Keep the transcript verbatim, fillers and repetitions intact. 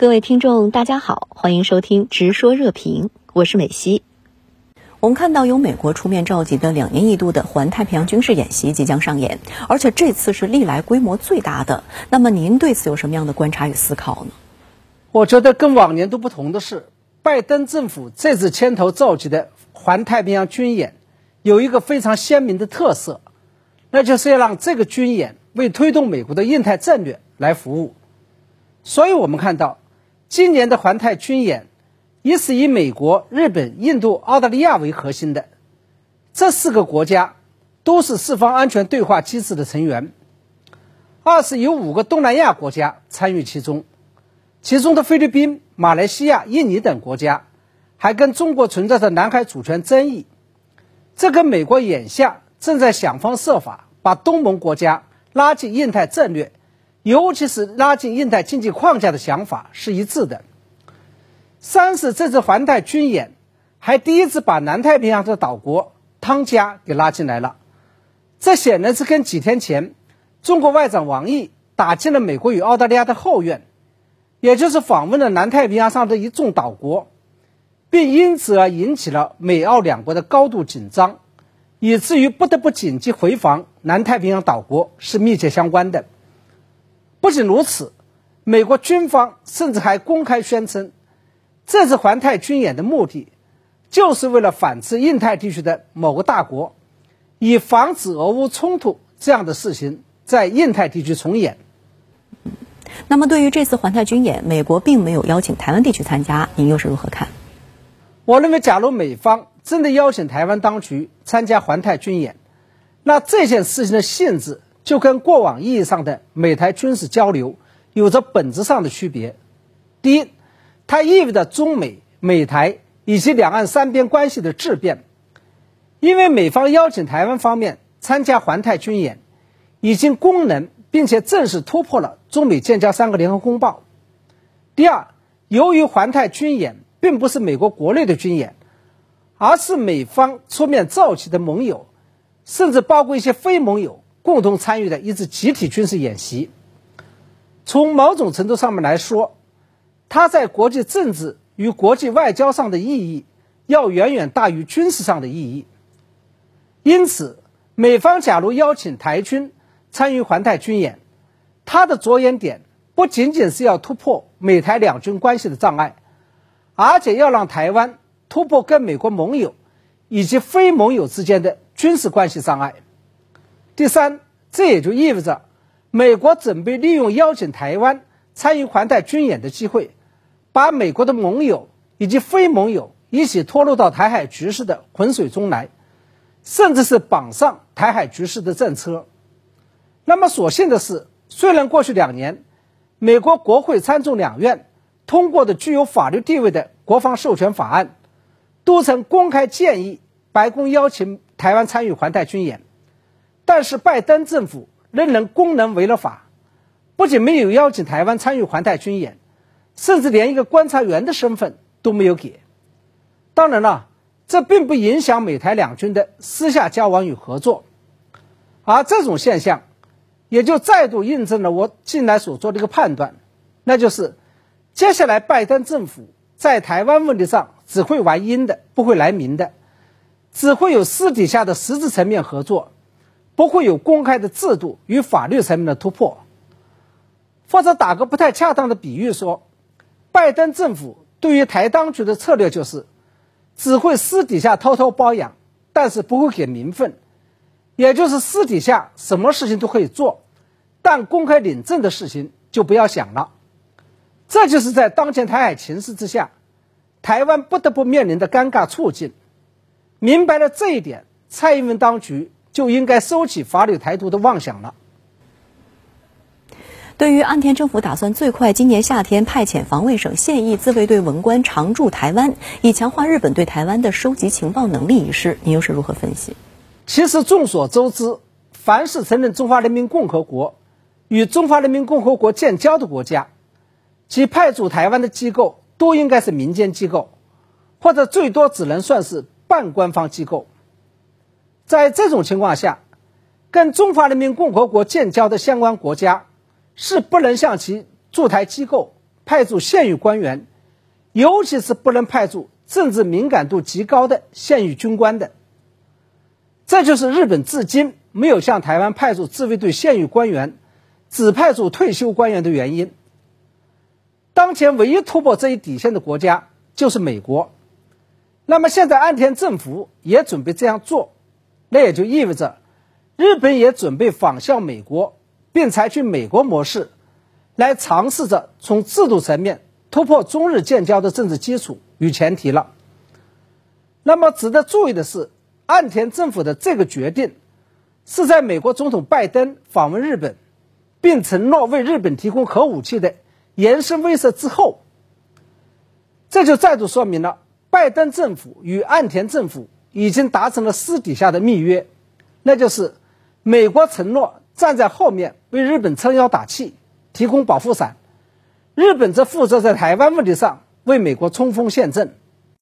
各位听众大家好，欢迎收听直说热评，我是美西。我们看到由美国出面召集的两年一度的环太平洋军事演习即将上演，而且这次是历来规模最大的。那么您对此有什么样的观察与思考呢？ 我觉得跟往年都不同的是，拜登政府这次牵头召集的环太平洋军演有一个非常鲜明的特色，那就是要让这个军演为推动美国的印太战略来服务。所以我们看到今年的环太军演一是以美国、日本、印度、澳大利亚为核心的，这四个国家都是四方安全对话机制的成员；二是有五个东南亚国家参与其中，其中的菲律宾、马来西亚、印尼等国家还跟中国存在着南海主权争议，这跟美国眼下正在想方设法把东盟国家拉进印太战略，尤其是拉进印太经济框架的想法是一致的。三是这次环太军演还第一次把南太平洋的岛国汤加给拉进来了，这显然是跟几天前中国外长王毅打进了美国与澳大利亚的后院，也就是访问了南太平洋上的一众岛国，并因此而引起了美澳两国的高度紧张，以至于不得不紧急回防南太平洋岛国是密切相关的。不仅如此，美国军方甚至还公开宣称，这次环太军演的目的就是为了反制印太地区的某个大国，以防止俄乌冲突这样的事情在印太地区重演。 那么对于这次环太军演，美国并没有邀请台湾地区参加，您又是如何看？ 我认为假如美方真的邀请台湾当局参加环太军演，那这件事情的性质就跟过往意义上的美台军事交流有着本质上的区别。第一，它意味着中美、美台以及两岸三边关系的质变，因为美方邀请台湾方面参加环太军演，已经功能并且正式突破了中美建交三个联合公报。第二，由于环太军演并不是美国国内的军演，而是美方出面召集的盟友，甚至包括一些非盟友共同参与的一次集体军事演习。从某种程度上面来说，它在国际政治与国际外交上的意义要远远大于军事上的意义。因此，美方假如邀请台军参与环太军演，它的着眼点不仅仅是要突破美台两军关系的障碍，而且要让台湾突破跟美国盟友以及非盟友之间的军事关系障碍。第三，这也就意味着美国准备利用邀请台湾参与环太军演的机会，把美国的盟友以及非盟友一起拖入到台海局势的浑水中来，甚至是绑上台海局势的战车。那么所幸的是，虽然过去两年美国国会参众两院通过的具有法律地位的国防授权法案都曾公开建议白宫邀请台湾参与环太军演，但是拜登政府仍然功能违了法，不仅没有邀请台湾参与环太军演，甚至连一个观察员的身份都没有给。当然了，这并不影响美台两军的私下交往与合作，而这种现象也就再度印证了我近来所做的一个判断，那就是接下来拜登政府在台湾问题上只会玩阴的，不会来明的，只会有私底下的实质层面合作，不会有公开的制度与法律层面的突破。或者打个不太恰当的比喻说，拜登政府对于台当局的策略就是只会私底下偷偷包养，但是不会给名分，也就是私底下什么事情都可以做，但公开领证的事情就不要想了。这就是在当前台海情势之下，台湾不得不面临的尴尬处境。明白了这一点，蔡英文当局就应该收起法理台独的妄想了。 对于岸田政府打算最快今年夏天派遣防卫省现役自卫队文官常驻台湾，以强化日本对台湾的收集情报能力一事，您又是如何分析？ 其实众所周知，凡是承认中华人民共和国与中华人民共和国建交的国家，其派驻台湾的机构都应该是民间机构，或者最多只能算是半官方机构。在这种情况下，跟中华人民共和国建交的相关国家是不能向其驻台机构派驻县域官员，尤其是不能派驻政治敏感度极高的县域军官的。这就是日本至今没有向台湾派驻自卫队县域官员，只派驻退休官员的原因。当前唯一突破这一底线的国家就是美国。那么现在岸田政府也准备这样做，那也就意味着日本也准备仿效美国，并采取美国模式来尝试着从制度层面突破中日建交的政治基础与前提了。那么值得注意的是，岸田政府的这个决定是在美国总统拜登访问日本，并承诺为日本提供核武器的延伸威慑之后。这就再度说明了拜登政府与岸田政府已经达成了私底下的密约，那就是美国承诺站在后面为日本撑腰打气，提供保护伞，日本则负责在台湾问题上为美国冲锋陷阵。